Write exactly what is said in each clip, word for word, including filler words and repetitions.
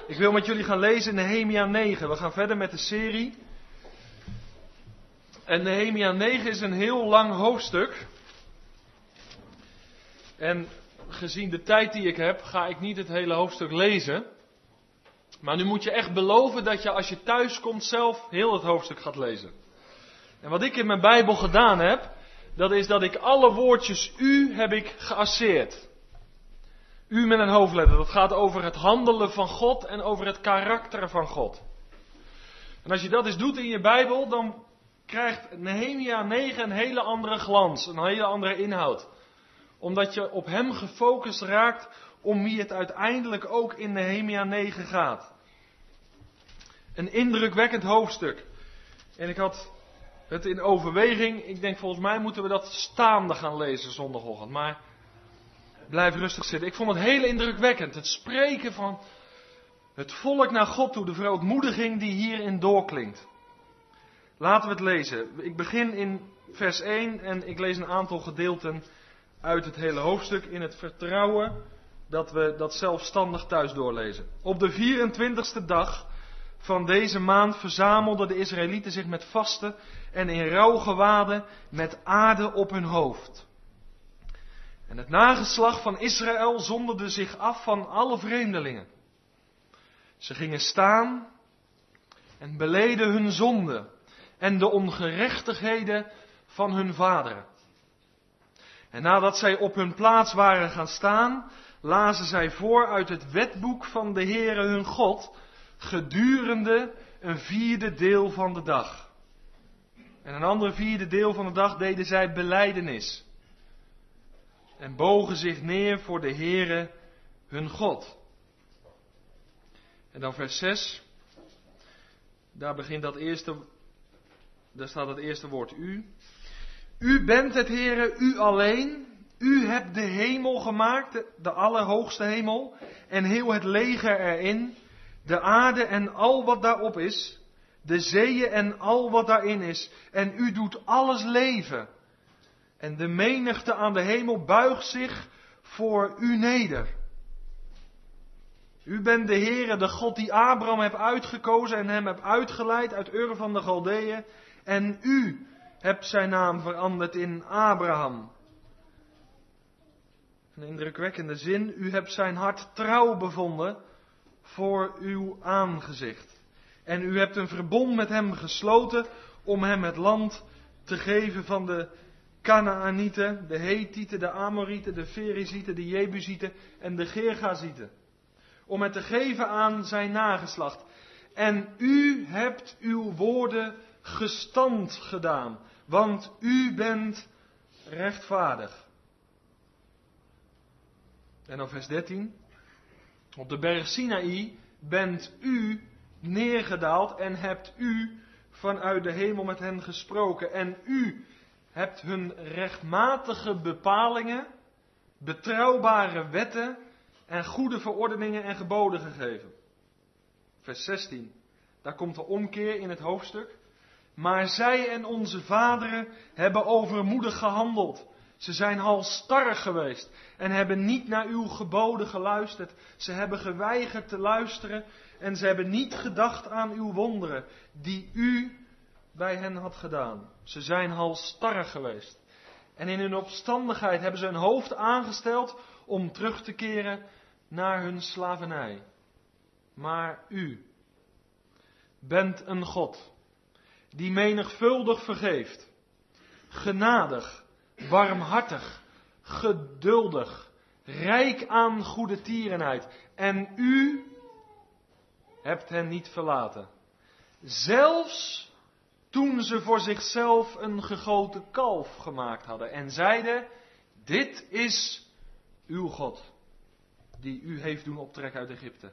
Ik wil met jullie gaan lezen Nehemia negen. We gaan verder met de serie. En Nehemia negen is een heel lang hoofdstuk. En gezien de tijd die ik heb, ga ik niet het hele hoofdstuk lezen. Maar nu moet je echt beloven dat je als je thuis komt zelf heel het hoofdstuk gaat lezen. En wat ik in mijn Bijbel gedaan heb, dat is dat ik alle woordjes u heb ik geasseerd. U met een hoofdletter. Dat gaat over het handelen van God en over het karakter van God. En als je dat eens doet in je Bijbel, dan krijgt Nehemia negen een hele andere glans, een hele andere inhoud. Omdat je op hem gefocust raakt om wie het uiteindelijk ook in Nehemia negen gaat. Een indrukwekkend hoofdstuk. En ik had het in overweging. Ik denk volgens mij moeten we dat staande gaan lezen zondagochtend. Maar blijf rustig zitten. Ik vond het heel indrukwekkend. Het spreken van het volk naar God toe. De verootmoediging die hierin doorklinkt. Laten we het lezen. Ik begin in vers één en ik lees een aantal gedeelten uit het hele hoofdstuk in het vertrouwen dat we dat zelfstandig thuis doorlezen. Op de vierentwintigste dag van deze maand verzamelden de Israëlieten zich met vasten en in rouwgewaden met aarde op hun hoofd. En het nageslacht van Israël zonderde zich af van alle vreemdelingen. Ze gingen staan en beleden hun zonde en de ongerechtigheden van hun vaderen. En nadat zij op hun plaats waren gaan staan, lazen zij voor uit het wetboek van de Heere hun God, gedurende een vierde deel van de dag. En een andere vierde deel van de dag deden zij belijdenis. En bogen zich neer voor de Heere hun God. En dan vers zes. Daar begint dat eerste, daar staat het eerste woord u. U bent het Heere, u alleen. U hebt de hemel gemaakt, de, de allerhoogste hemel. En heel het leger erin. De aarde en al wat daarop is. De zeeën en al wat daarin is. En u doet alles leven. En de menigte aan de hemel buigt zich voor u neder. U bent de Heere, de God die Abraham hebt uitgekozen en hem hebt uitgeleid uit Ur van de Galdeeën. En u hebt zijn naam veranderd in Abraham. Een indrukwekkende zin. U hebt zijn hart trouw bevonden voor uw aangezicht. En u hebt een verbond met hem gesloten om hem het land te geven van de Kanaanieten, de Hethieten, de Amorieten, de Ferizieten, de Jebusieten en de Gergazieten. Om het te geven aan zijn nageslacht. En u hebt uw woorden gestand gedaan, want u bent rechtvaardig. En dan vers dertien. Op de berg Sinaï bent u neergedaald en hebt u vanuit de hemel met hen gesproken. En u hebt hun rechtmatige bepalingen, betrouwbare wetten en goede verordeningen en geboden gegeven. Vers zestien. Daar komt de omkeer in het hoofdstuk. Maar zij en onze vaderen hebben overmoedig gehandeld. Ze zijn halsstarrig geweest en hebben niet naar uw geboden geluisterd. Ze hebben geweigerd te luisteren en ze hebben niet gedacht aan uw wonderen die u bij hen had gedaan. Ze zijn halsstarrig geweest. En in hun opstandigheid hebben ze een hoofd aangesteld om terug te keren naar hun slavernij. Maar u bent een God die menigvuldig vergeeft, genadig, warmhartig, geduldig, rijk aan goede tierenheid. En u hebt hen niet verlaten. Zelfs toen ze voor zichzelf een gegoten kalf gemaakt hadden en zeiden, dit is uw God, die u heeft doen optrekken uit Egypte.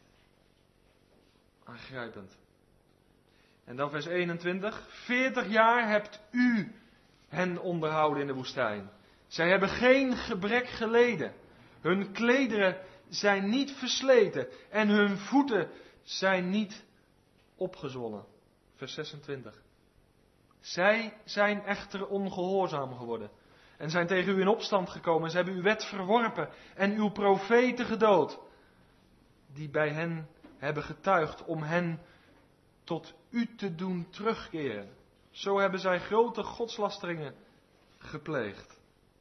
Aangrijpend. En dan vers eenentwintig. Veertig jaar hebt u hen onderhouden in de woestijn. Zij hebben geen gebrek geleden. Hun klederen zijn niet versleten. En hun voeten zijn niet opgezwollen. Vers zesentwintig. Zij zijn echter ongehoorzaam geworden. En zijn tegen u in opstand gekomen. Ze hebben uw wet verworpen. En uw profeten gedood. Die bij hen hebben getuigd om hen tot u te doen terugkeren. Zo hebben zij grote godslasteringen gepleegd.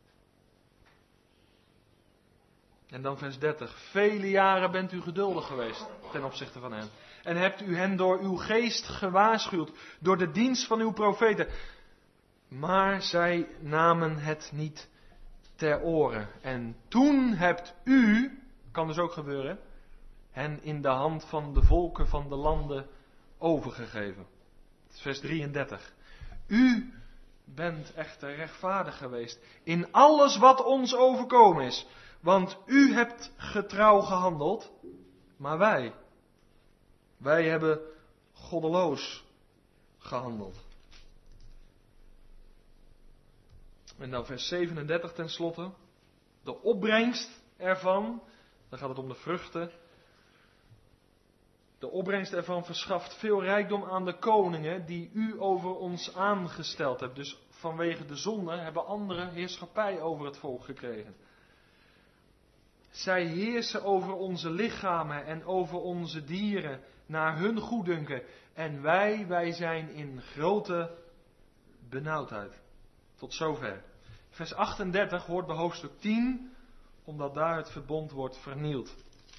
En dan vers dertig. Vele jaren bent u geduldig geweest ten opzichte van hen. En hebt u hen door uw geest gewaarschuwd, door de dienst van uw profeten. Maar zij namen het niet ter oren. En toen hebt u, kan dus ook gebeuren, hen in de hand van de volken van de landen overgegeven. Vers drieëndertig. U bent echter rechtvaardig geweest in alles wat ons overkomen is. Want u hebt getrouw gehandeld, maar wij, wij hebben goddeloos gehandeld. En dan vers zevenendertig tenslotte. De opbrengst ervan, dan gaat het om de vruchten. De opbrengst ervan verschaft veel rijkdom aan de koningen die u over ons aangesteld hebt. Dus vanwege de zonde hebben anderen heerschappij over het volk gekregen. Zij heersen over onze lichamen en over onze dieren naar hun goeddunken. En wij, wij zijn in grote benauwdheid. Tot zover. Vers achtendertig hoort bij hoofdstuk tien, omdat daar het verbond wordt vernield.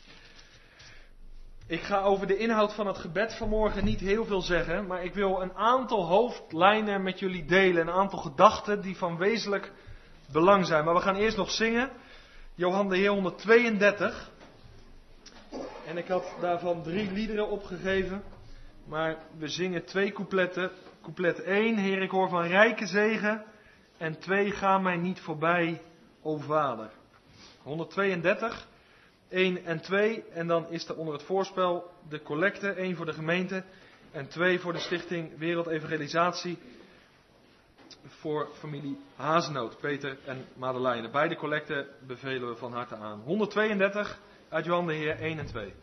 Ik ga over de inhoud van het gebed vanmorgen niet heel veel zeggen, maar ik wil een aantal hoofdlijnen met jullie delen. Een aantal gedachten die van wezenlijk belang zijn. Maar we gaan eerst nog zingen. Johan de Heer honderdtweeëndertig. En ik had daarvan drie liederen opgegeven. Maar we zingen twee coupletten. Couplet één, Heer, ik hoor van rijke zegen. En twee, ga mij niet voorbij, o Vader. honderdtweeëndertig, één en twee. En dan is er onder het voorspel de collecte. één voor de gemeente en twee voor de stichting Wereldevangelisatie. Voor familie Hazenoot, Peter en Madeleine. Beide collecten bevelen we van harte aan. honderdtweeëndertig uit Johan de Heer één en twee.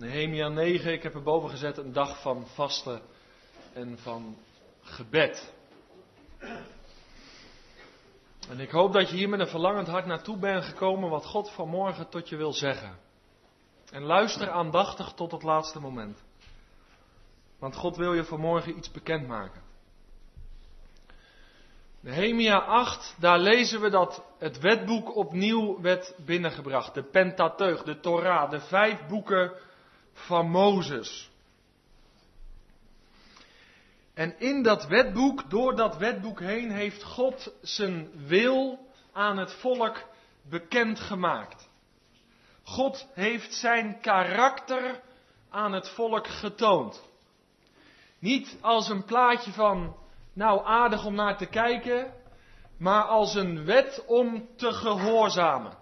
Nehemia negen, ik heb erboven gezet een dag van vasten en van gebed. En ik hoop dat je hier met een verlangend hart naartoe bent gekomen wat God vanmorgen tot je wil zeggen. En luister aandachtig tot het laatste moment. Want God wil je vanmorgen iets bekendmaken. Nehemia acht, daar lezen we dat het wetboek opnieuw werd binnengebracht. De Pentateuch, de Torah, de vijf boeken van Mozes. En in dat wetboek, door dat wetboek heen, heeft God zijn wil aan het volk bekendgemaakt. God heeft zijn karakter aan het volk getoond. Niet als een plaatje van, nou aardig om naar te kijken, maar als een wet om te gehoorzamen.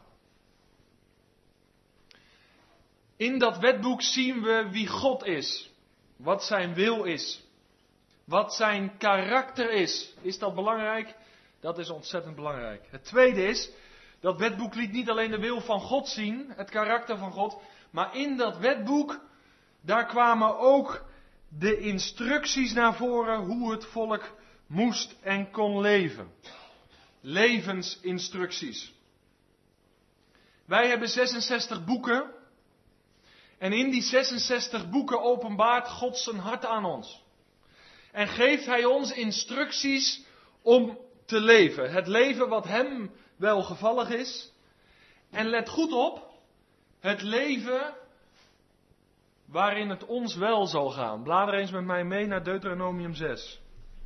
In dat wetboek zien we wie God is, wat zijn wil is, wat zijn karakter is. Is dat belangrijk? Dat is ontzettend belangrijk. Het tweede is, dat wetboek liet niet alleen de wil van God zien, het karakter van God, maar in dat wetboek, daar kwamen ook de instructies naar voren hoe het volk moest en kon leven. Levensinstructies. Wij hebben zesenzestig boeken. En in die zesenzestig boeken openbaart God zijn hart aan ons. En geeft hij ons instructies om te leven. Het leven wat hem welgevallig is. En let goed op, het leven waarin het ons wel zal gaan. Blader eens met mij mee naar Deuteronomium zes.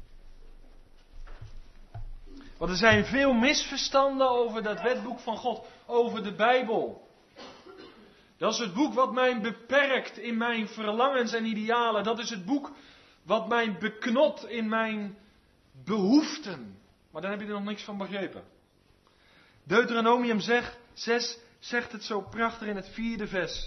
Want er zijn veel misverstanden over dat wetboek van God, over de Bijbel. Dat is het boek wat mij beperkt in mijn verlangens en idealen. Dat is het boek wat mij beknot in mijn behoeften. Maar dan heb je er nog niks van begrepen. Deuteronomium zes zegt het zo prachtig in het vierde vers.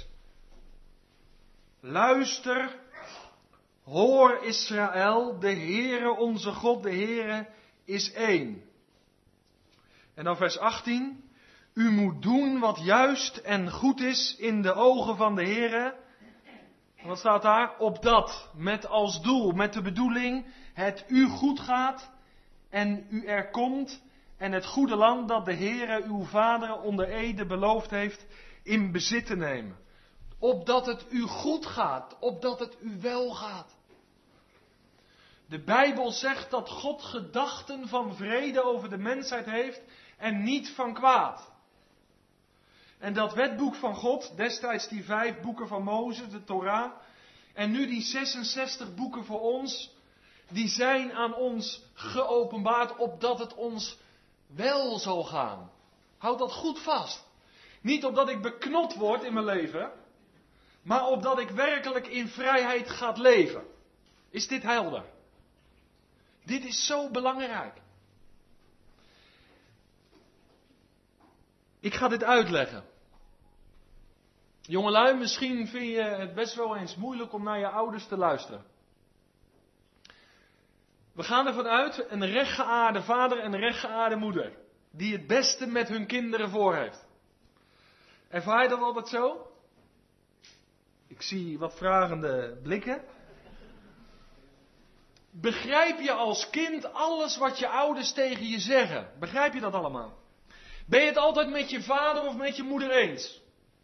Luister, hoor Israël, de Heere onze God, de Heere is één. En dan vers achttien. U moet doen wat juist en goed is in de ogen van de Heere. Wat staat daar? Opdat, met als doel, met de bedoeling, het u goed gaat en u er komt en het goede land dat de Heere uw vader onder ede beloofd heeft in bezit te nemen. Opdat het u goed gaat, opdat het u wel gaat. De Bijbel zegt dat God gedachten van vrede over de mensheid heeft en niet van kwaad. En dat wetboek van God, destijds die vijf boeken van Mozes, de Torah, en nu die zesenzestig boeken voor ons, die zijn aan ons geopenbaard opdat het ons wel zal gaan. Houd dat goed vast. Niet opdat ik beknot word in mijn leven, maar opdat ik werkelijk in vrijheid ga leven. Is dit helder? Dit is zo belangrijk. Ik ga dit uitleggen. Jongelui, misschien vind je het best wel eens moeilijk om naar je ouders te luisteren. We gaan ervan uit, een rechtgeaarde vader en een rechtgeaarde moeder, die het beste met hun kinderen voor heeft. Ervaar je dat altijd zo? Ik zie wat vragende blikken. Begrijp je als kind alles wat je ouders tegen je zeggen? Begrijp je dat allemaal? Ben je het altijd met je vader of met je moeder eens?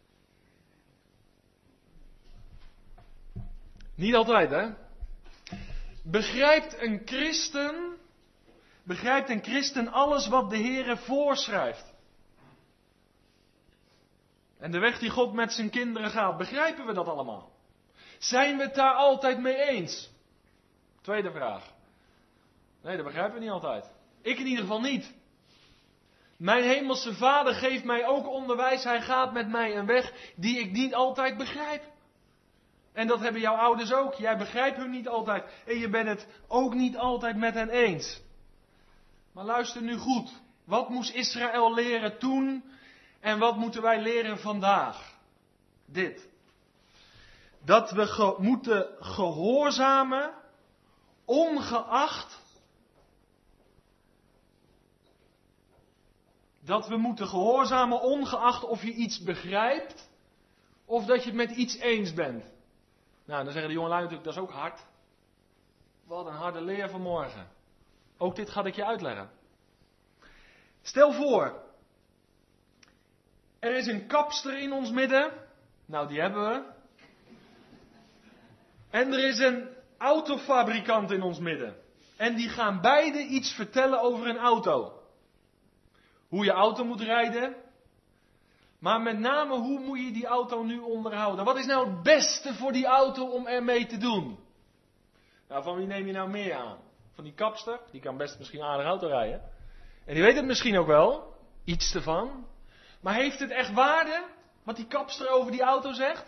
Niet altijd, hè? Begrijpt een christen, begrijpt een christen alles wat de Heere voorschrijft? En de weg die God met zijn kinderen gaat, begrijpen we dat allemaal? Zijn we het daar altijd mee eens? Tweede vraag. Nee, dat begrijpen we niet altijd. Ik in ieder geval niet. Mijn hemelse vader geeft mij ook onderwijs. Hij gaat met mij een weg die ik niet altijd begrijp. En dat hebben jouw ouders ook. Jij begrijpt hun niet altijd. En je bent het ook niet altijd met hen eens. Maar luister nu goed. Wat moest Israël leren toen? En wat moeten wij leren vandaag? Dit. Dat we ge- moeten gehoorzamen, ongeacht dat we moeten gehoorzamen ongeacht of je iets begrijpt of dat je het met iets eens bent. Nou, dan zeggen de jongelui natuurlijk, dat is ook hard. Wat een harde leer vanmorgen. Ook dit ga ik je uitleggen. Stel voor, er is een kapster in ons midden. Nou, die hebben we. En er is een autofabrikant in ons midden. En die gaan beide iets vertellen over een auto. Hoe je auto moet rijden. Maar met name, hoe moet je die auto nu onderhouden? Wat is nou het beste voor die auto om ermee te doen? Nou, van wie neem je nou meer aan? Van die kapster? Die kan best misschien een aardige auto rijden. En die weet het misschien ook wel. Iets ervan. Maar heeft het echt waarde? Wat die kapster over die auto zegt?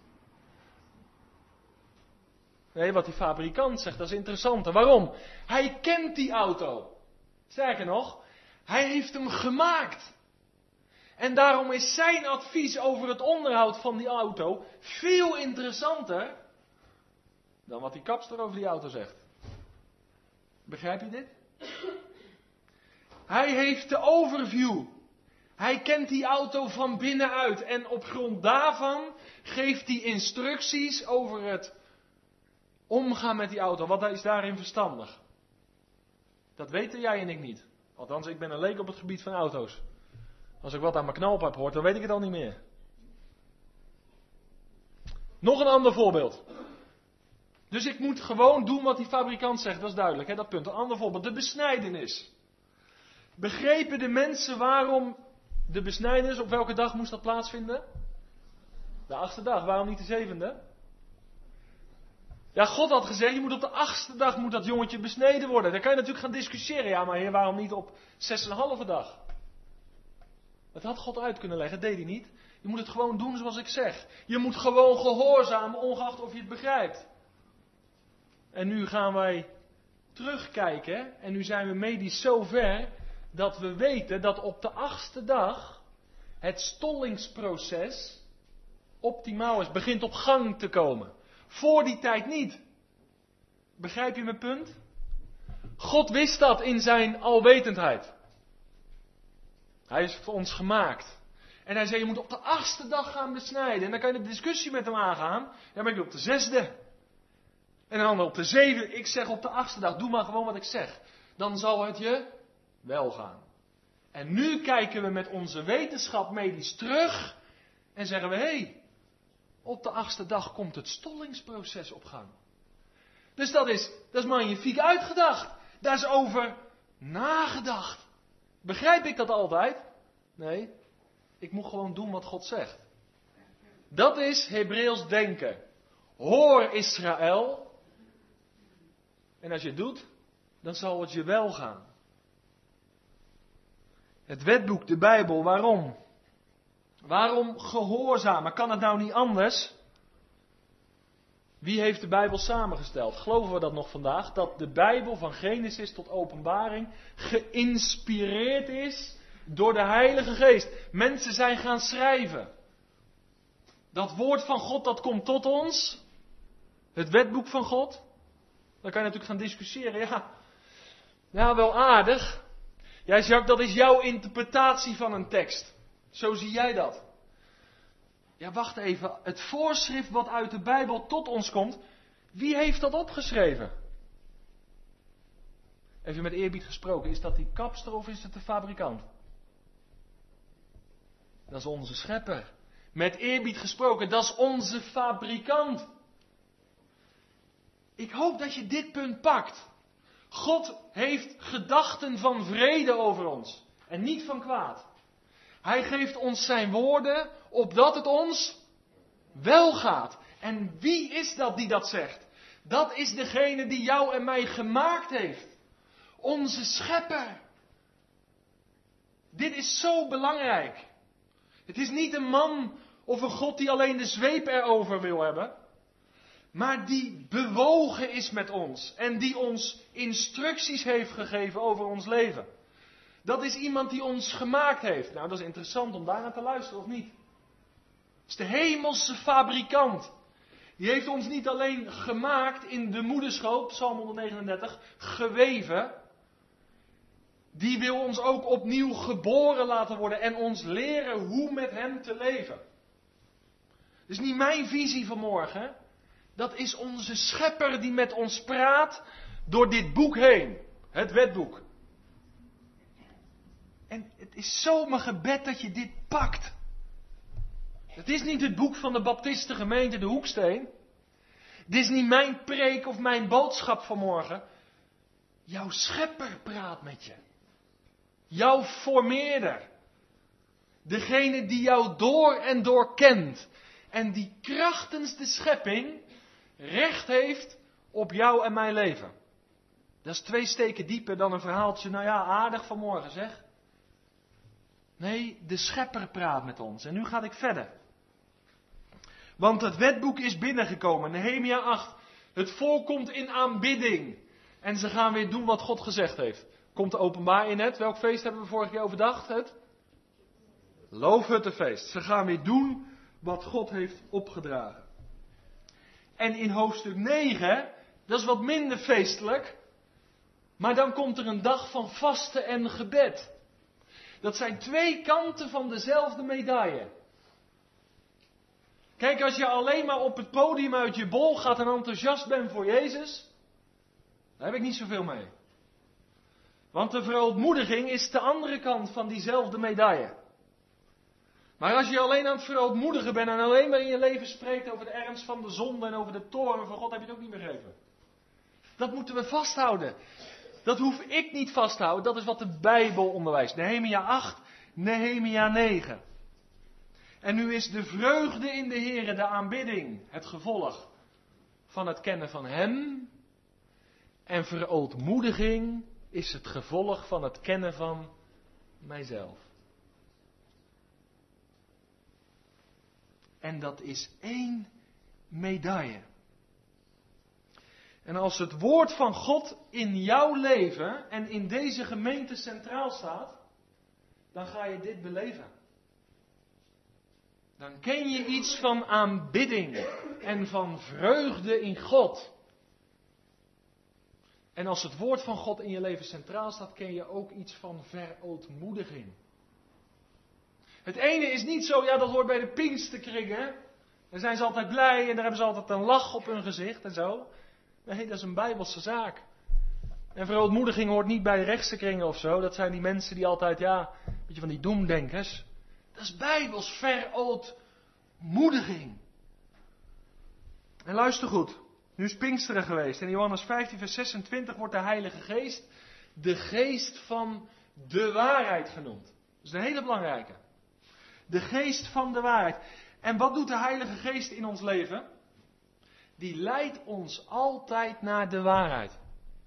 Nee, wat die fabrikant zegt, dat is interessanter. Waarom? Hij kent die auto. Sterker nog, hij heeft hem gemaakt. En daarom is zijn advies over het onderhoud van die auto veel interessanter dan wat die kapster over die auto zegt. Begrijp je dit? Hij heeft de overview. Hij kent die auto van binnenuit. En op grond daarvan geeft hij instructies over het omgaan met die auto. Wat is daarin verstandig? Dat weten jij en ik niet. Althans, ik ben een leek op het gebied van auto's. Als ik wat aan mijn knalpijp hoor, dan weet ik het al niet meer. Nog een ander voorbeeld. Dus ik moet gewoon doen wat die fabrikant zegt, dat is duidelijk, hè, dat punt. Een ander voorbeeld, de besnijdenis. Begrepen de mensen waarom de besnijdenis, op welke dag moest dat plaatsvinden? De achtste dag, waarom niet de zevende? Ja, God had gezegd, je moet op de achtste dag moet dat jongetje besneden worden. Dan kan je natuurlijk gaan discussiëren. Ja, maar heer, waarom niet op zes en een halve dag? Dat had God uit kunnen leggen, dat deed hij niet. Je moet het gewoon doen zoals ik zeg. Je moet gewoon gehoorzamen, ongeacht of je het begrijpt. En nu gaan wij terugkijken. En nu zijn we medisch zo ver dat we weten dat op de achtste dag het stollingsproces optimaal is. Begint op gang te komen. Voor die tijd niet. Begrijp je mijn punt? God wist dat in zijn alwetendheid. Hij is voor ons gemaakt. En hij zei, je moet op de achtste dag gaan besnijden. En dan kan je de discussie met hem aangaan. Ja, maar ik wil op de zesde. En dan op de zevende. Ik zeg op de achtste dag, doe maar gewoon wat ik zeg. Dan zal het je wel gaan. En nu kijken we met onze wetenschap medisch terug. En zeggen we, hé, hey, op de achtste dag komt het stollingsproces op gang. Dus dat is, dat is magnifiek uitgedacht. Daar is over nagedacht. Begrijp ik dat altijd? Nee, ik moet gewoon doen wat God zegt. Dat is Hebreeuws denken. Hoor Israël. En als je het doet, dan zal het je wel gaan. Het wetboek, de Bijbel, waarom? Waarom gehoorzamen? Kan het nou niet anders? Wie heeft de Bijbel samengesteld? Geloven we dat nog vandaag? Dat de Bijbel van Genesis tot Openbaring geïnspireerd is door de Heilige Geest. Mensen zijn gaan schrijven. Dat woord van God, dat komt tot ons. Het wetboek van God. Dan kan je natuurlijk gaan discussiëren. Ja, ja wel aardig. Ja, Jacques, dat is jouw interpretatie van een tekst. Zo zie jij dat. Ja, wacht even. Het voorschrift wat uit de Bijbel tot ons komt. Wie heeft dat opgeschreven? Even met eerbied gesproken. Is dat die kapster of is het de fabrikant? Dat is onze schepper. Met eerbied gesproken. Dat is onze fabrikant. Ik hoop dat je dit punt pakt. God heeft gedachten van vrede over ons. En niet van kwaad. Hij geeft ons zijn woorden, opdat het ons wel gaat. En wie is dat die dat zegt? Dat is degene die jou en mij gemaakt heeft. Onze schepper. Dit is zo belangrijk. Het is niet een man of een God die alleen de zweep erover wil hebben. Maar die bewogen is met ons. En die ons instructies heeft gegeven over ons leven. Dat is iemand die ons gemaakt heeft. Nou, dat is interessant om daaraan te luisteren, of niet? Dat is de hemelse fabrikant. Die heeft ons niet alleen gemaakt in de moederschoot, Psalm honderdnegenendertig, geweven. Die wil ons ook opnieuw geboren laten worden en ons leren hoe met hem te leven. Dat is niet mijn visie vanmorgen. Dat is onze schepper die met ons praat door dit boek heen. Het wetboek. En het is zo mijn gebed dat je dit pakt. Het is niet het boek van de Baptistengemeente de Hoeksteen. Dit is niet mijn preek of mijn boodschap vanmorgen. Jouw schepper praat met je. Jouw formeerder. Degene die jou door en door kent. En die krachtens de schepping recht heeft op jou en mijn leven. Dat is twee steken dieper dan een verhaaltje, nou ja, aardig vanmorgen zeg. Nee, de schepper praat met ons. En nu ga ik verder. Want het wetboek is binnengekomen. Nehemia acht. Het volk komt in aanbidding. En ze gaan weer doen wat God gezegd heeft. Komt de openbaar in het. Welk feest hebben we vorige keer overdacht? Het Loofhuttenfeest. Ze gaan weer doen wat God heeft opgedragen. En in hoofdstuk negen, dat is wat minder feestelijk. Maar dan komt er een dag van vasten en gebed. Dat zijn twee kanten van dezelfde medaille. Kijk, als je alleen maar op het podium uit je bol gaat en enthousiast bent voor Jezus, daar heb ik niet zoveel mee. Want de verootmoediging is de andere kant van diezelfde medaille. Maar als je alleen aan het verootmoedigen bent en alleen maar in je leven spreekt over de ernst van de zonde en over de toorn van God, heb je het ook niet begrepen. Dat moeten we vasthouden. Dat hoef ik niet vast te houden, dat is wat de Bijbel onderwijst. Nehemia acht, Nehemia negen. En nu is de vreugde in de Here, de aanbidding, het gevolg van het kennen van Hem. En verootmoediging is het gevolg van het kennen van mijzelf. En dat is één medaille. En als het woord van God in jouw leven en in deze gemeente centraal staat, dan ga je dit beleven. Dan ken je iets van aanbidding en van vreugde in God. En als het woord van God in je leven centraal staat, ken je ook iets van verootmoediging. Het ene is niet zo, ja dat hoort bij de Pinksterkringen. Daar zijn ze altijd blij en daar hebben ze altijd een lach op hun gezicht en zo. Nee, dat is een Bijbelse zaak. En verootmoediging hoort niet bij de rechtse kringen of zo. Dat zijn die mensen die altijd, ja, een beetje van die doemdenkers. Dat is Bijbels verootmoediging. En luister goed. Nu is Pinksteren geweest. In Johannes vijftien vers zesentwintig wordt de Heilige Geest de geest van de waarheid genoemd. Dat is een hele belangrijke. De geest van de waarheid. En wat doet de Heilige Geest in ons leven? Die leidt ons altijd naar de waarheid.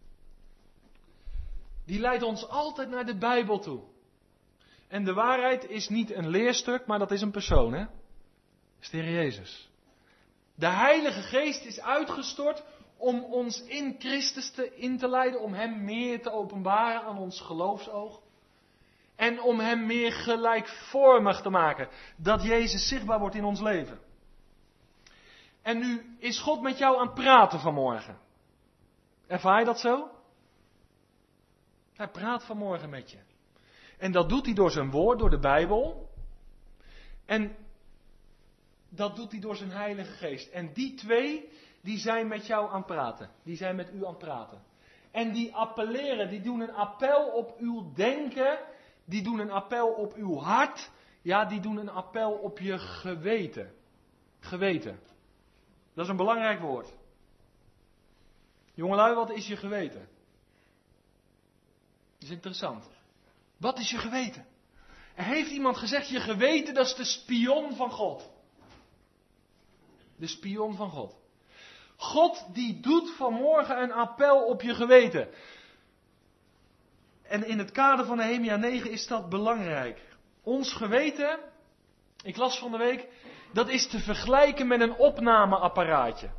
Die leidt ons altijd naar de Bijbel toe. En de waarheid is niet een leerstuk, maar dat is een persoon, hè? Dat is de Heer Jezus. De Heilige Geest is uitgestort om ons in Christus te, in te leiden, om Hem meer te openbaren aan ons geloofsoog. En om Hem meer gelijkvormig te maken. Dat Jezus zichtbaar wordt in ons leven. En nu is God met jou aan het praten vanmorgen. Ervaar je dat zo? Hij praat vanmorgen met je. En dat doet hij door zijn woord, door de Bijbel. En dat doet hij door zijn Heilige Geest. En die twee, die zijn met jou aan het praten. Die zijn met u aan het praten. En die appelleren, die doen een appel op uw denken. Die doen een appel op uw hart. Ja, die doen een appel op je geweten. Geweten. Dat is een belangrijk woord. Jongelui, wat is je geweten? Dat is interessant. Wat is je geweten? Er heeft iemand gezegd, je geweten, dat is de spion van God. De spion van God. God die doet vanmorgen een appel op je geweten. En in het kader van Nehemia negen is dat belangrijk. Ons geweten, ik las van de week, dat is te vergelijken met een opnameapparaatje.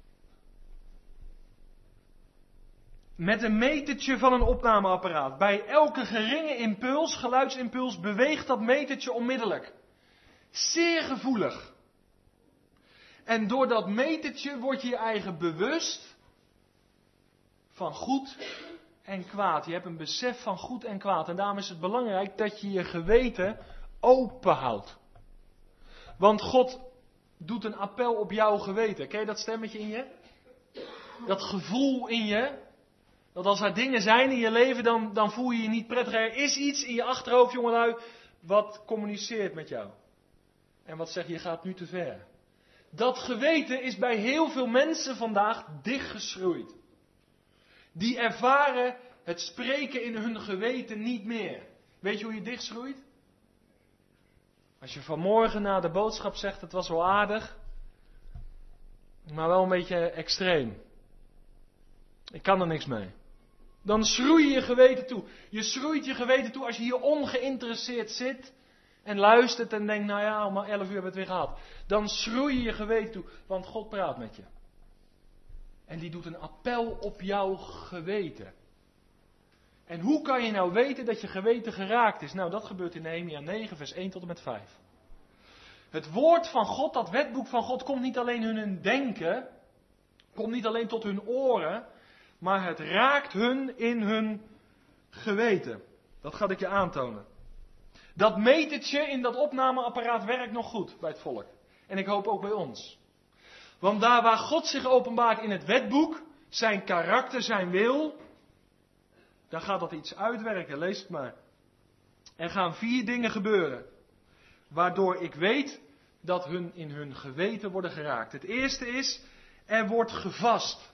Met een metertje van een opnameapparaat. Bij elke geringe impuls, geluidsimpuls, beweegt dat metertje onmiddellijk. Zeer gevoelig. En door dat metertje word je je eigen bewust van goed en kwaad. Je hebt een besef van goed en kwaad. En daarom is het belangrijk dat je je geweten open houdt. Want God doet een appel op jouw geweten. Ken je dat stemmetje in je? Dat gevoel in je. Dat als er dingen zijn in je leven, dan, dan voel je je niet prettig. Er is iets in je achterhoofd, jongelui, wat communiceert met jou. En wat zegt, je gaat nu te ver. Dat geweten is bij heel veel mensen vandaag dichtgeschroeid. Die ervaren het spreken in hun geweten niet meer. Weet je hoe je dichtschroeit? Als je vanmorgen na de boodschap zegt, het was wel aardig, maar wel een beetje extreem. Ik kan er niks mee. Dan schroei je je geweten toe. Je schroeit je geweten toe als je hier ongeïnteresseerd zit en luistert en denkt, nou ja, om elf uur hebben we het weer gehad. Dan schroei je je geweten toe, want God praat met je. En die doet een appel op jouw geweten. En hoe kan je nou weten dat je geweten geraakt is? Nou, dat gebeurt in Nehemia negen, vers één tot en met vijf. Het woord van God, dat wetboek van God, komt niet alleen hun denken, komt niet alleen tot hun oren, maar het raakt hun in hun geweten. Dat ga ik je aantonen. Dat metertje in dat opnameapparaat werkt nog goed bij het volk. En ik hoop ook bij ons. Want daar waar God zich openbaart in het wetboek, zijn karakter, zijn wil, dan gaat dat iets uitwerken. Lees het maar. Er gaan vier dingen gebeuren, waardoor ik weet dat hun in hun geweten worden geraakt. Het eerste is, er wordt gevast.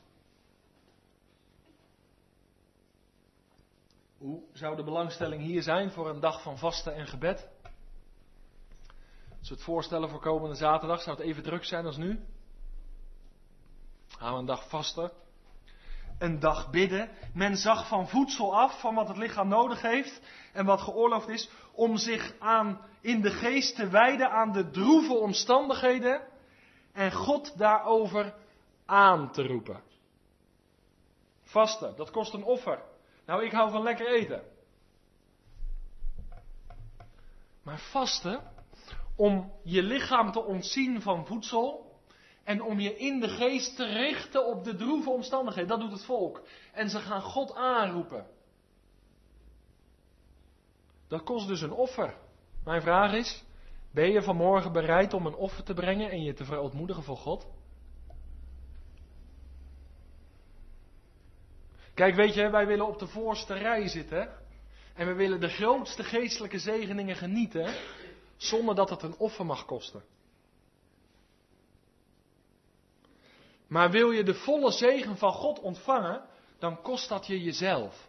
Hoe zou de belangstelling hier zijn voor een dag van vasten en gebed? Als we het voorstellen voor komende zaterdag, zou het even druk zijn als nu? Gaan we een dag vasten? Een dag bidden. Men zag van voedsel af, van wat het lichaam nodig heeft en wat geoorloofd is, om zich aan in de geest te wijden aan de droeve omstandigheden en God daarover aan te roepen. Vasten, dat kost een offer. Nou, ik hou van lekker eten. Maar vasten, om je lichaam te ontzien van voedsel en om je in de geest te richten op de droeve omstandigheden, dat doet het volk. En ze gaan God aanroepen. Dat kost dus een offer. Mijn vraag is, ben je vanmorgen bereid om een offer te brengen en je te verootmoedigen voor God? Kijk, weet je, wij willen op de voorste rij zitten en we willen de grootste geestelijke zegeningen genieten, zonder dat het een offer mag kosten. Maar wil je de volle zegen van God ontvangen, dan kost dat je jezelf.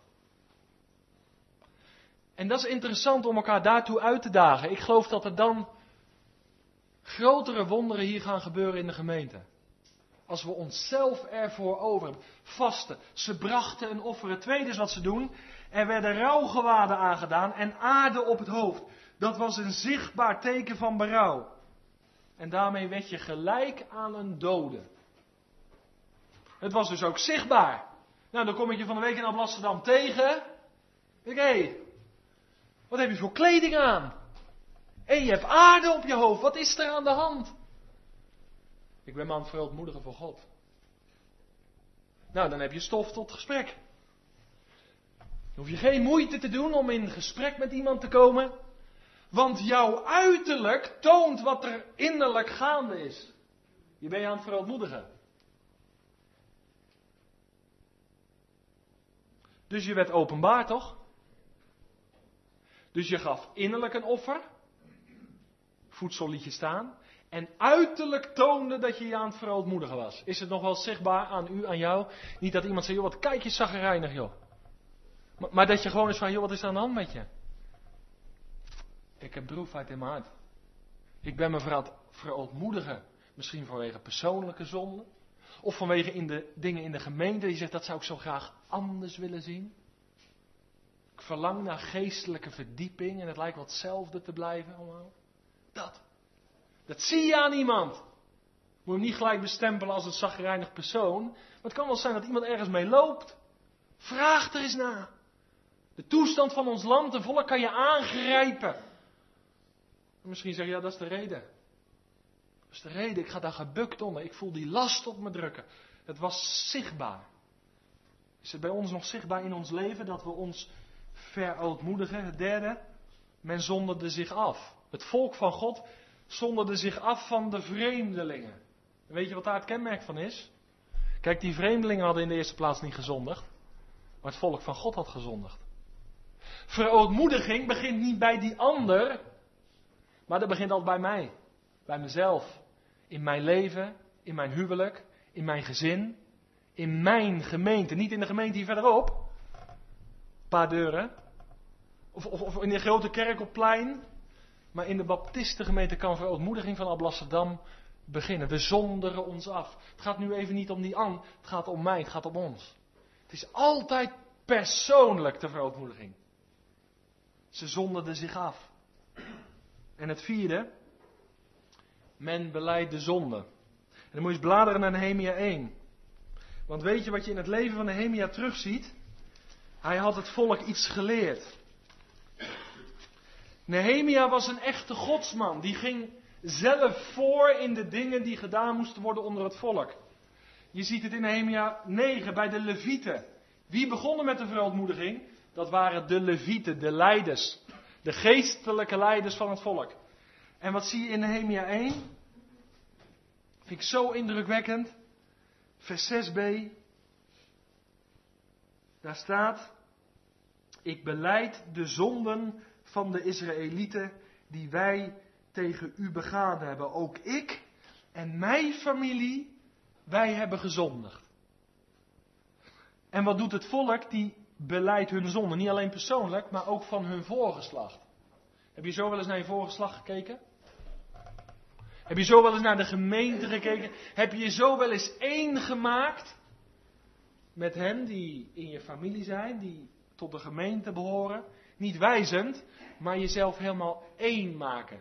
En dat is interessant om elkaar daartoe uit te dagen. Ik geloof dat er dan grotere wonderen hier gaan gebeuren in de gemeente. Als we onszelf ervoor over hebben. Vasten. Ze brachten een offer. Het tweede is wat ze doen. Er werden rouwgewaden aangedaan en aarde op het hoofd. Dat was een zichtbaar teken van berouw. En daarmee werd je gelijk aan een dode. Het was dus ook zichtbaar. Nou, dan kom ik je van de week in Amsterdam tegen. Ik, hé, hey, wat heb je voor kleding aan? Hé, hey, je hebt aarde op je hoofd. Wat is er aan de hand? Ik ben me aan het verootmoedigen voor God. Nou, dan heb je stof tot gesprek. Dan hoef je geen moeite te doen om in gesprek met iemand te komen. Want jouw uiterlijk toont wat er innerlijk gaande is. Je bent je aan het verootmoedigen. Dus je werd openbaar, toch? Dus je gaf innerlijk een offer. Voedsel liet je staan. En uiterlijk toonde dat je je aan het verootmoedigen was. Is het nog wel zichtbaar aan u, aan jou? Niet dat iemand zegt, joh, wat kijk je chagrijnig, joh. Maar, maar dat je gewoon eens vraagt, joh, wat is er aan de hand met je? Ik heb droefheid in mijn hart. Ik ben me verootmoedigen. Misschien vanwege persoonlijke zonden. Of vanwege in de dingen in de gemeente. Die zegt, dat zou ik zo graag anders willen zien. Ik verlang naar geestelijke verdieping. En het lijkt wel hetzelfde te blijven allemaal. Dat. Dat zie je aan iemand. Moet hem niet gelijk bestempelen als een chagrijnig persoon. Maar het kan wel zijn dat iemand ergens mee loopt. Vraag er eens naar. De toestand van ons land en volk kan je aangrijpen. En misschien zeg je, ja, dat is de reden. Dat is de reden. Ik ga daar gebukt onder. Ik voel die last op me drukken. Het was zichtbaar. Is het bij ons nog zichtbaar in ons leven dat we ons verootmoedigen? Het derde, men zonderde zich af. Het volk van God zondigden zich af van de vreemdelingen. En weet je wat daar het kenmerk van is? Kijk, die vreemdelingen hadden in de eerste plaats niet gezondigd, maar het volk van God had gezondigd. Verootmoediging begint niet bij die ander, maar dat begint altijd bij mij. Bij mezelf. In mijn leven, in mijn huwelijk, in mijn gezin, in mijn gemeente. Niet in de gemeente hier verderop. Een paar deuren. Of, of, of in de grote kerk op plein. Maar in de baptistengemeente kan verootmoediging van Alblasserdam beginnen. We zonderen ons af. Het gaat nu even niet om die an, het gaat om mij, het gaat om ons. Het is altijd persoonlijk de verootmoediging. Ze zonderden zich af. En het vierde, men belijdt de zonde. En dan moet je eens bladeren naar Nehemia één. Want weet je wat je in het leven van Nehemia terugziet? Hij had het volk iets geleerd. Nehemia was een echte godsman. Die ging zelf voor in de dingen die gedaan moesten worden onder het volk. Je ziet het in Nehemia negen bij de Levieten. Wie begonnen met de verootmoediging? Dat waren de Levieten, de leiders. De geestelijke leiders van het volk. En wat zie je in Nehemia één? Vind ik zo indrukwekkend. Vers zes b. Daar staat: ik belijd de zonden van de Israëlieten die wij tegen u begaan hebben. Ook ik en mijn familie, wij hebben gezondigd. En wat doet het volk? Die beleidt hun zonden. Niet alleen persoonlijk, maar ook van hun voorgeslacht. Heb je zo wel eens naar je voorgeslacht gekeken? Heb je zo wel eens naar de gemeente gekeken? Heb je je zo wel eens één gemaakt met hen die in je familie zijn, die tot de gemeente behoren? Niet wijzend, maar jezelf helemaal één maken.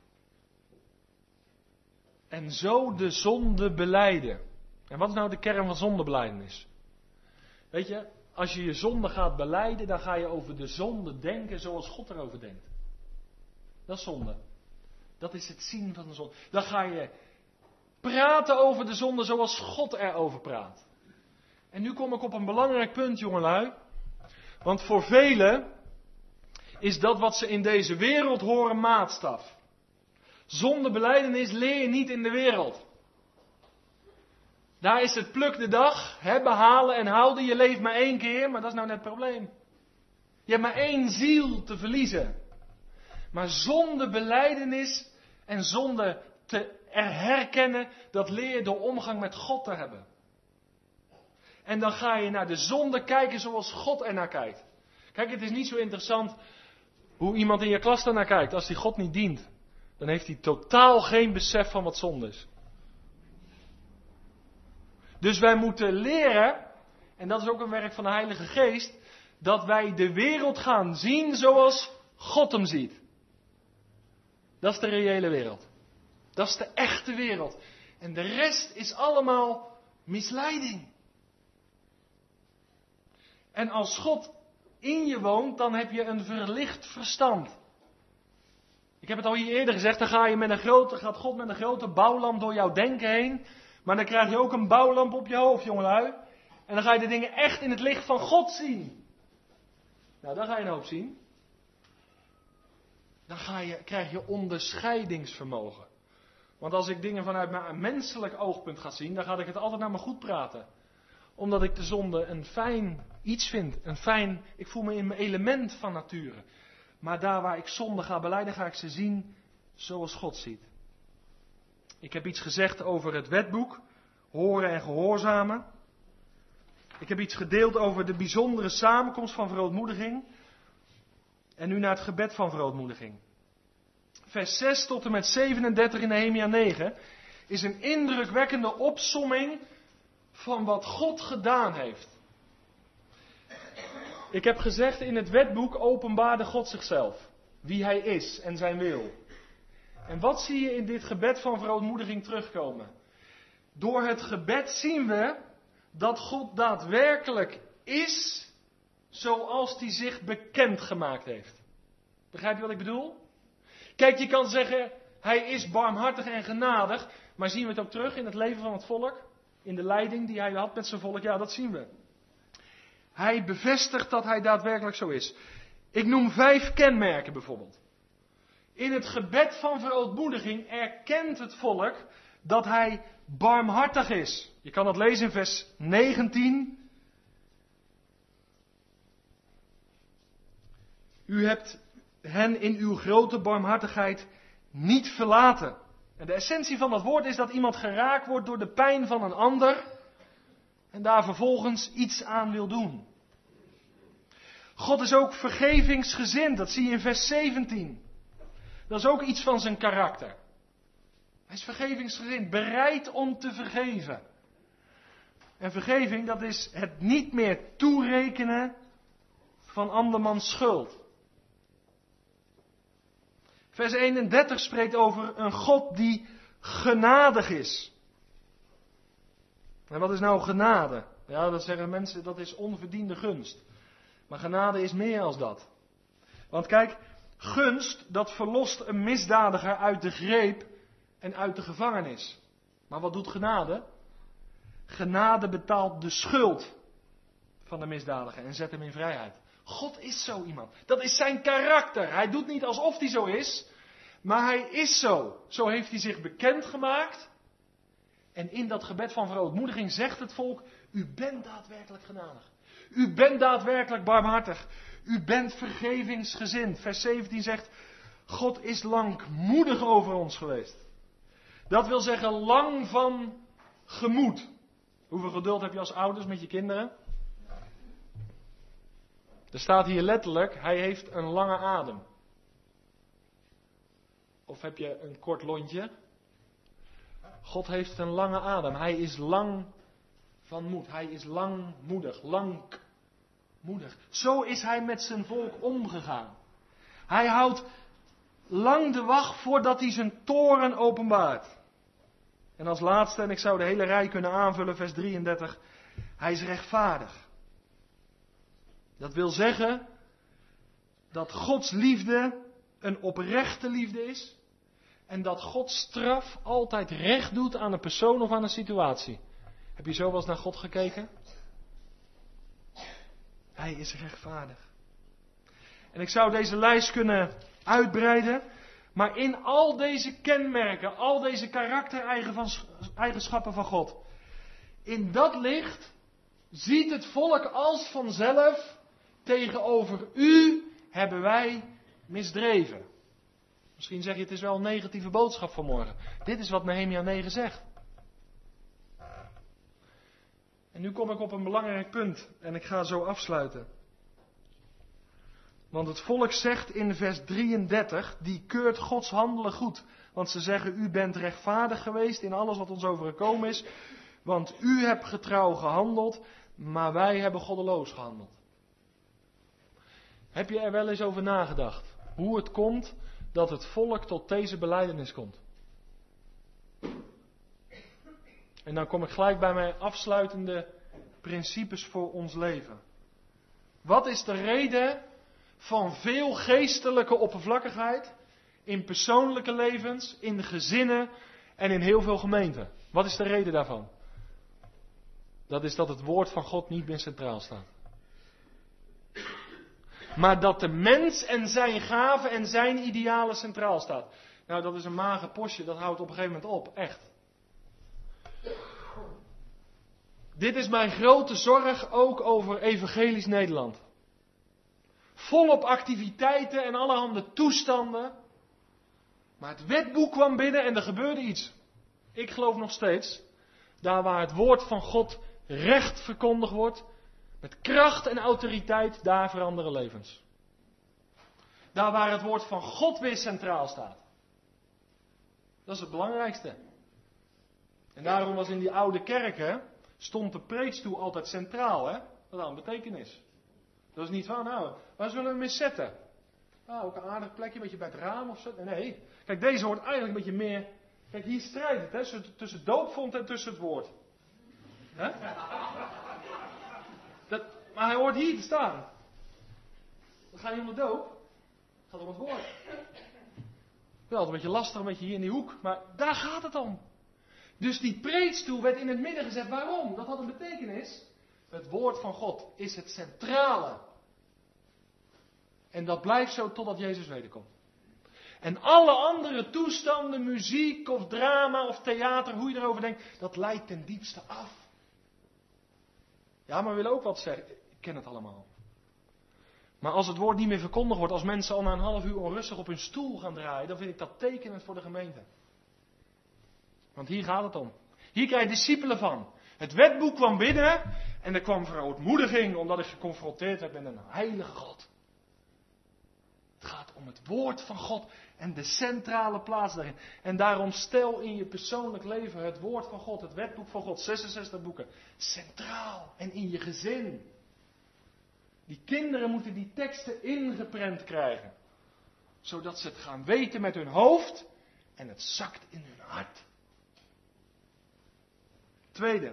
En zo de zonde belijden. En wat is nou de kern van zondebelijdenis? Weet je, als je je zonde gaat belijden, dan ga je over de zonde denken zoals God erover denkt. Dat is zonde. Dat is het zien van de zonde. Dan ga je praten over de zonde zoals God erover praat. En nu kom ik op een belangrijk punt, jongelui. Want voor velen is dat wat ze in deze wereld horen maatstaf. Zondebelijdenis leer je niet in de wereld. Daar is het pluk de dag, hebben, halen en houden. Je leeft maar één keer, maar dat is nou net het probleem. Je hebt maar één ziel te verliezen. Maar zondebelijdenis en zonde te herkennen, dat leer je door omgang met God te hebben. En dan ga je naar de zonde kijken zoals God ernaar kijkt. Kijk, het is niet zo interessant hoe iemand in je klas ernaar kijkt. Als die God niet dient, dan heeft hij totaal geen besef van wat zonde is. Dus wij moeten leren, en dat is ook een werk van de Heilige Geest, dat wij de wereld gaan zien zoals God hem ziet. Dat is de reële wereld. Dat is de echte wereld. En de rest is allemaal misleiding. En als God in je woont, dan heb je een verlicht verstand. Ik heb het al hier eerder gezegd, dan ga je met een grote, gaat God met een grote bouwlamp door jouw denken heen. Maar dan krijg je ook een bouwlamp op je hoofd, jongelui. En dan ga je de dingen echt in het licht van God zien. Nou, dan ga je een hoop zien. Dan ga je, krijg je onderscheidingsvermogen. Want als ik dingen vanuit mijn menselijk oogpunt ga zien, dan ga ik het altijd naar me goed praten. Omdat ik de zonde een fijn iets vind. Een fijn, ik voel me in mijn element van nature. Maar daar waar ik zonde ga belijden, ga ik ze zien zoals God ziet. Ik heb iets gezegd over het wetboek, horen en gehoorzamen. Ik heb iets gedeeld over de bijzondere samenkomst van verootmoediging. En nu naar het gebed van verootmoediging. Vers zes tot en met zevenendertig in Nehemia negen is een indrukwekkende opsomming van wat God gedaan heeft. Ik heb gezegd, in het wetboek openbaarde God zichzelf. Wie hij is en zijn wil. En wat zie je in dit gebed van verootmoediging terugkomen? Door het gebed zien we dat God daadwerkelijk is zoals hij zich bekend gemaakt heeft. Begrijp je wat ik bedoel? Kijk, je kan zeggen, hij is barmhartig en genadig, maar zien we het ook terug in het leven van het volk? In de leiding die hij had met zijn volk? Ja, dat zien we. Hij bevestigt dat hij daadwerkelijk zo is. Ik noem vijf kenmerken bijvoorbeeld. In het gebed van verootmoediging erkent het volk dat hij barmhartig is. Je kan dat lezen in vers negentien. U hebt hen in uw grote barmhartigheid niet verlaten. En de essentie van dat woord is dat iemand geraakt wordt door de pijn van een ander en daar vervolgens iets aan wil doen. God is ook vergevingsgezind, dat zie je in vers zeventien. Dat is ook iets van zijn karakter. Hij is vergevingsgezind, bereid om te vergeven. En vergeving, dat is het niet meer toerekenen van andermans schuld. Vers eenendertig spreekt over een God die genadig is. En wat is nou genade? Ja, dat zeggen mensen, dat is onverdiende gunst. Maar genade is meer als dat. Want kijk, gunst, dat verlost een misdadiger uit de greep en uit de gevangenis. Maar wat doet genade? Genade betaalt de schuld van de misdadiger en zet hem in vrijheid. God is zo iemand. Dat is zijn karakter. Hij doet niet alsof hij zo is, maar hij is zo. Zo heeft hij zich bekendgemaakt. En in dat gebed van verootmoediging zegt het volk, u bent daadwerkelijk genadig. U bent daadwerkelijk barmhartig. U bent vergevingsgezind. Vers zeventien zegt, God is langmoedig over ons geweest. Dat wil zeggen lang van gemoed. Hoeveel geduld heb je als ouders met je kinderen? Er staat hier letterlijk, hij heeft een lange adem. Of heb je een kort lontje? God heeft een lange adem. Hij is lang van moed. Hij is langmoedig. Langmoedig. Zo is hij met zijn volk omgegaan. Hij houdt lang de wacht voordat hij zijn toorn openbaart. En als laatste, en ik zou de hele rij kunnen aanvullen, vers drieëndertig. Hij is rechtvaardig. Dat wil zeggen dat Gods liefde een oprechte liefde is. En dat Gods straf altijd recht doet aan een persoon of aan een situatie. Heb je zo wel eens naar God gekeken? Hij is rechtvaardig. En ik zou deze lijst kunnen uitbreiden. Maar in al deze kenmerken, al deze karaktereigenschappen van God. In dat licht ziet het volk als vanzelf, tegenover u hebben wij misdreven. Misschien zeg je, het is wel een negatieve boodschap vanmorgen. Dit is wat Nehemia negen zegt. En nu kom ik op een belangrijk punt. En ik ga zo afsluiten. Want het volk zegt in vers drieëndertig, die keurt Gods handelen goed. Want ze zeggen, u bent rechtvaardig geweest in alles wat ons overkomen is. Want u hebt getrouw gehandeld, maar wij hebben goddeloos gehandeld. Heb je er wel eens over nagedacht? Hoe het komt dat het volk tot deze belijdenis komt? En dan kom ik gelijk bij mijn afsluitende principes voor ons leven. Wat is de reden van veel geestelijke oppervlakkigheid in persoonlijke levens, in gezinnen en in heel veel gemeenten? Wat is de reden daarvan? Dat is dat het woord van God niet meer centraal staat. Maar dat de mens en zijn gaven en zijn idealen centraal staat. Nou, dat is een mager postje, dat houdt op een gegeven moment op, echt. Dit is mijn grote zorg ook over Evangelisch Nederland. Volop activiteiten en allerhande toestanden. Maar het wetboek kwam binnen en er gebeurde iets. Ik geloof nog steeds, daar waar het woord van God recht verkondigd wordt, met kracht en autoriteit, daar veranderen levens. Daar waar het woord van God weer centraal staat. Dat is het belangrijkste. En daarom was in die oude kerken, stond de preekstoel altijd centraal, hè? Dat had een betekenis. Dat is niet van, nou, waar zullen we hem eens zetten? Nou, ook een aardig plekje, een beetje bij het raam of zo. Nee, kijk, deze hoort eigenlijk een beetje meer. Kijk, hier strijdt het, hè, tussen doopvont en tussen het woord. Hè? Dat, maar hij hoort hier te staan. Dan ga je om de doop. Het gaat om het woord. Wel altijd een beetje lastig, een beetje hier in die hoek, maar daar gaat het om. Dus die preekstoel werd in het midden gezet. Waarom? Dat had een betekenis. Het woord van God is het centrale. En dat blijft zo totdat Jezus wederkomt. En alle andere toestanden, muziek of drama of theater, hoe je erover denkt, dat leidt ten diepste af. Ja, maar we willen ook wat zeggen. Ik ken het allemaal. Maar als het woord niet meer verkondigd wordt, als mensen al na een half uur onrustig op hun stoel gaan draaien, dan vind ik dat tekenend voor de gemeente. Want hier gaat het om. Hier krijg je discipelen van. Het wetboek kwam binnen en er kwam verootmoediging omdat ik geconfronteerd werd met een heilige God. Het gaat om het woord van God en de centrale plaats daarin. En daarom stel in je persoonlijk leven het woord van God, het wetboek van God, zesenzestig boeken, centraal en in je gezin. Die kinderen moeten die teksten ingeprent krijgen. Zodat ze het gaan weten met hun hoofd en het zakt in hun hart. Tweede.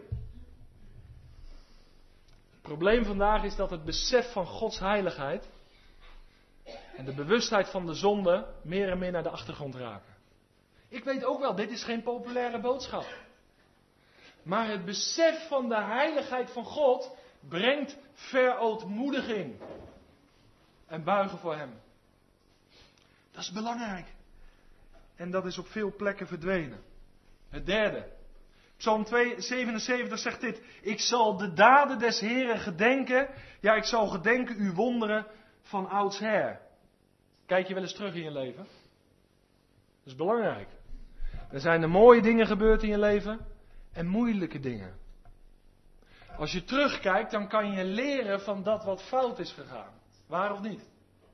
Het probleem vandaag is dat het besef van Gods heiligheid en de bewustheid van de zonde meer en meer naar de achtergrond raken. Ik weet ook wel, dit is geen populaire boodschap. Maar het besef van de heiligheid van God brengt verootmoediging en buigen voor Hem. Dat is belangrijk. En dat is op veel plekken verdwenen. Het derde. Psalm zevenenzeventig zegt dit. Ik zal de daden des Heren gedenken. Ja, ik zal gedenken uw wonderen van oudsher. Kijk je wel eens terug in je leven? Dat is belangrijk. Er zijn er mooie dingen gebeurd in je leven en moeilijke dingen. Als je terugkijkt, dan kan je leren van dat wat fout is gegaan. Waar of niet?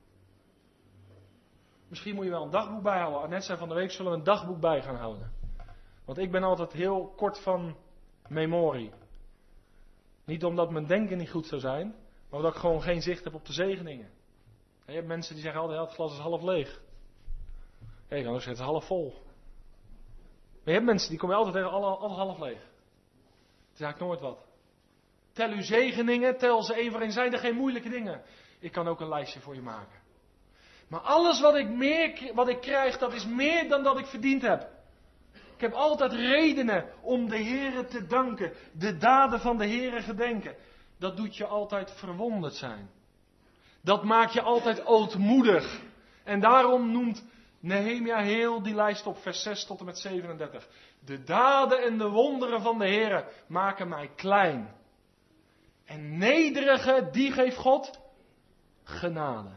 Misschien moet je wel een dagboek bijhouden. Annette zei van de week zullen we een dagboek bij gaan houden. Want ik ben altijd heel kort van memorie. Niet omdat mijn denken niet goed zou zijn, maar omdat ik gewoon geen zicht heb op de zegeningen. Je hebt mensen die zeggen altijd, ja, het glas is half leeg. Ja, je kan ook zeggen, het is half vol. Maar je hebt mensen die komen altijd tegen, altijd half leeg. Het is eigenlijk nooit wat. Tel uw zegeningen, tel ze één voor één. Zijn er geen moeilijke dingen? Ik kan ook een lijstje voor je maken. Maar alles wat ik, meer, wat ik krijg, dat is meer dan dat ik verdiend heb. Ik heb altijd redenen om de Heere te danken. De daden van de Heere gedenken. Dat doet je altijd verwonderd zijn. Dat maakt je altijd ootmoedig. En daarom noemt Nehemia heel die lijst op, vers zes tot en met zevenendertig. De daden en de wonderen van de Heere maken mij klein. En nederige, die geeft God genade.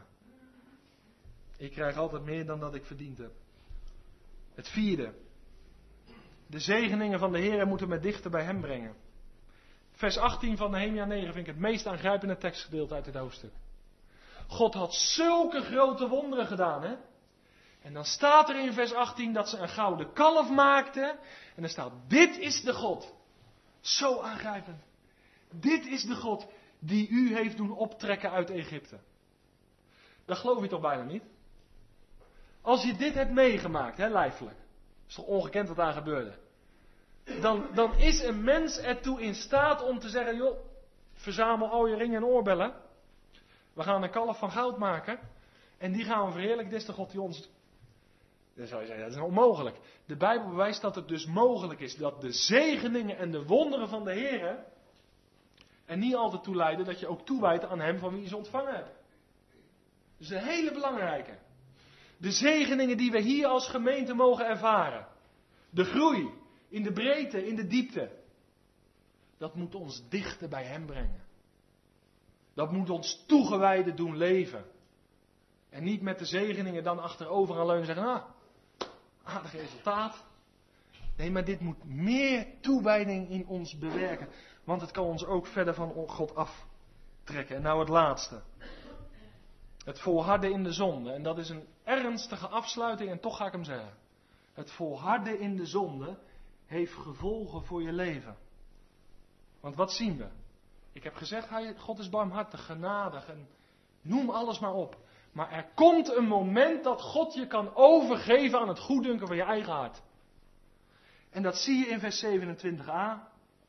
Ik krijg altijd meer dan dat ik verdiend heb. Het vierde. De zegeningen van de Heer moeten me dichter bij hem brengen. Vers achttien van Nehemia negen vind ik het meest aangrijpende tekstgedeelte uit dit hoofdstuk. God had zulke grote wonderen gedaan, hè? En dan staat er in vers achttien dat ze een gouden kalf maakten. En er staat, dit is de God. Zo aangrijpend. Dit is de God die u heeft doen optrekken uit Egypte. Dat geloof je toch bijna niet? Als je dit hebt meegemaakt, hè, lijfelijk. Is toch ongekend wat daar gebeurde. Dan, dan is een mens ertoe in staat om te zeggen, joh, verzamel al je ringen en oorbellen. We gaan een kalf van goud maken. En die gaan we verheerlijken. Dit is de God die ons... Dan zou je zeggen, dat is onmogelijk. De Bijbel bewijst dat het dus mogelijk is dat de zegeningen en de wonderen van de Heer er niet altijd toe leiden dat je ook toewijdt aan hem van wie je ze ontvangen hebt. Dus een hele belangrijke. De zegeningen die we hier als gemeente mogen ervaren. De groei in de breedte, in de diepte. Dat moet ons dichter bij hem brengen. Dat moet ons toegewijde doen leven. En niet met de zegeningen dan achterover gaan leunen en zeggen, ah, aardig resultaat. Nee, maar dit moet meer toewijding in ons bewerken. Want het kan ons ook verder van God aftrekken. En nou het laatste. Het volharden in de zonde. En dat is een ernstige afsluiting en toch ga ik hem zeggen. Het volharden in de zonde heeft gevolgen voor je leven. Want wat zien we? Ik heb gezegd, God is barmhartig, genadig en noem alles maar op. Maar er komt een moment dat God je kan overgeven aan het goeddunken van je eigen hart. En dat zie je in vers zevenentwintig a.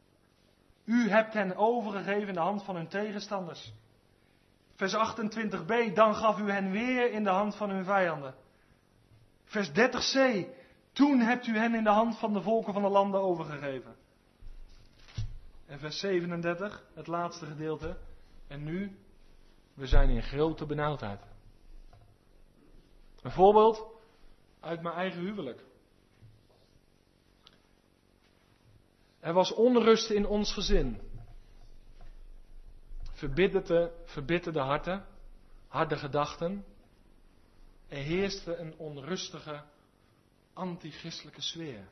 U hebt hen overgegeven in de hand van hun tegenstanders. Vers achtentwintig b. Dan gaf u hen weer in de hand van hun vijanden. Vers dertig c. Toen hebt u hen in de hand van de volken van de landen overgegeven. En vers zevenendertig, het laatste gedeelte. En nu, we zijn in grote benauwdheid. Een voorbeeld. uit mijn eigen huwelijk. Er was onrust in ons gezin. Verbitterde, verbitterde harten, harde gedachten. Er heerste een onrustige, antichristelijke sfeer.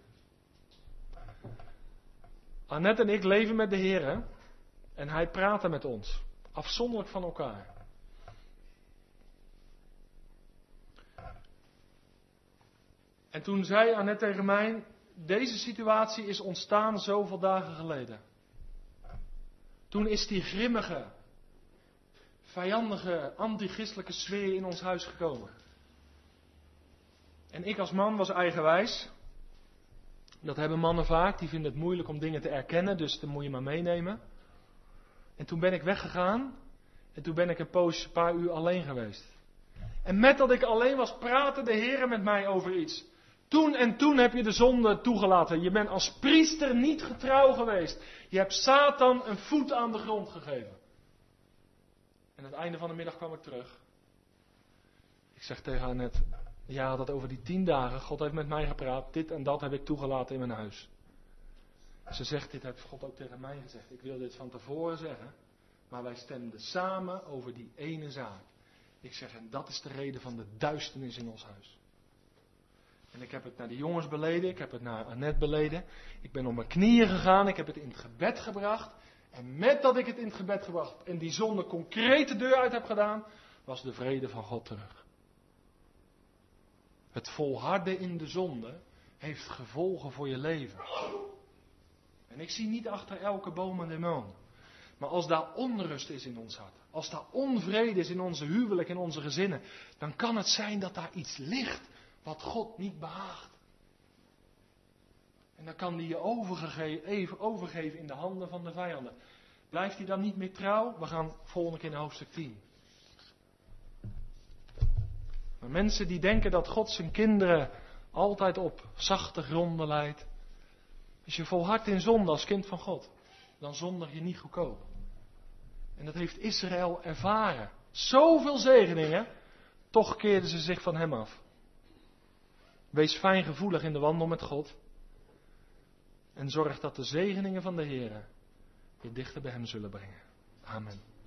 Annette en ik leven met de Heer en Hij praatte met ons, afzonderlijk van elkaar. En toen zei Annette tegen mij, deze situatie is ontstaan zoveel dagen geleden. Toen is die grimmige, vijandige, antichristelijke sfeer in ons huis gekomen. En ik als man was eigenwijs. Dat hebben mannen vaak, die vinden het moeilijk om dingen te erkennen, dus dat moet je maar meenemen. En toen ben ik weggegaan en toen ben ik een poosje, een paar uur alleen geweest. En met dat ik alleen was, praatte de Heer met mij over iets. Toen en toen heb je de zonde toegelaten. Je bent als priester niet getrouw geweest. Je hebt Satan een voet aan de grond gegeven. En aan het einde van de middag kwam ik terug. Ik zeg tegen Annette, ja, dat over die tien dagen, God heeft met mij gepraat, dit en dat heb ik toegelaten in mijn huis. Ze zegt, dit heeft God ook tegen mij gezegd. Ik wil dit van tevoren zeggen, maar wij stemden samen over die ene zaak. Ik zeg, en dat is de reden van de duisternis in ons huis. En ik heb het naar de jongens beleden, ik heb het naar Annette beleden. Ik ben op mijn knieën gegaan, ik heb het in het gebed gebracht. En met dat ik het in het gebed gebracht en die zonde concreet de deur uit heb gedaan, was de vrede van God terug. Het volharden in de zonde heeft gevolgen voor je leven. En ik zie niet achter elke boom een demon. Maar als daar onrust is in ons hart, als daar onvrede is in onze huwelijk en onze gezinnen, dan kan het zijn dat daar iets ligt wat God niet behaagt. En dan kan die je overgegeven, even overgeven in de handen van de vijanden. Blijft hij dan niet meer trouw? We gaan volgende keer naar hoofdstuk tien. Maar mensen die denken dat God zijn kinderen altijd op zachte gronden leidt. Als je volhardt in zonde als kind van God, dan zondig je niet goedkoop. En dat heeft Israël ervaren. Zoveel zegeningen, toch keerden ze zich van hem af. Wees fijngevoelig in de wandel met God. En zorg dat de zegeningen van de Heer je dichter bij hem zullen brengen. Amen.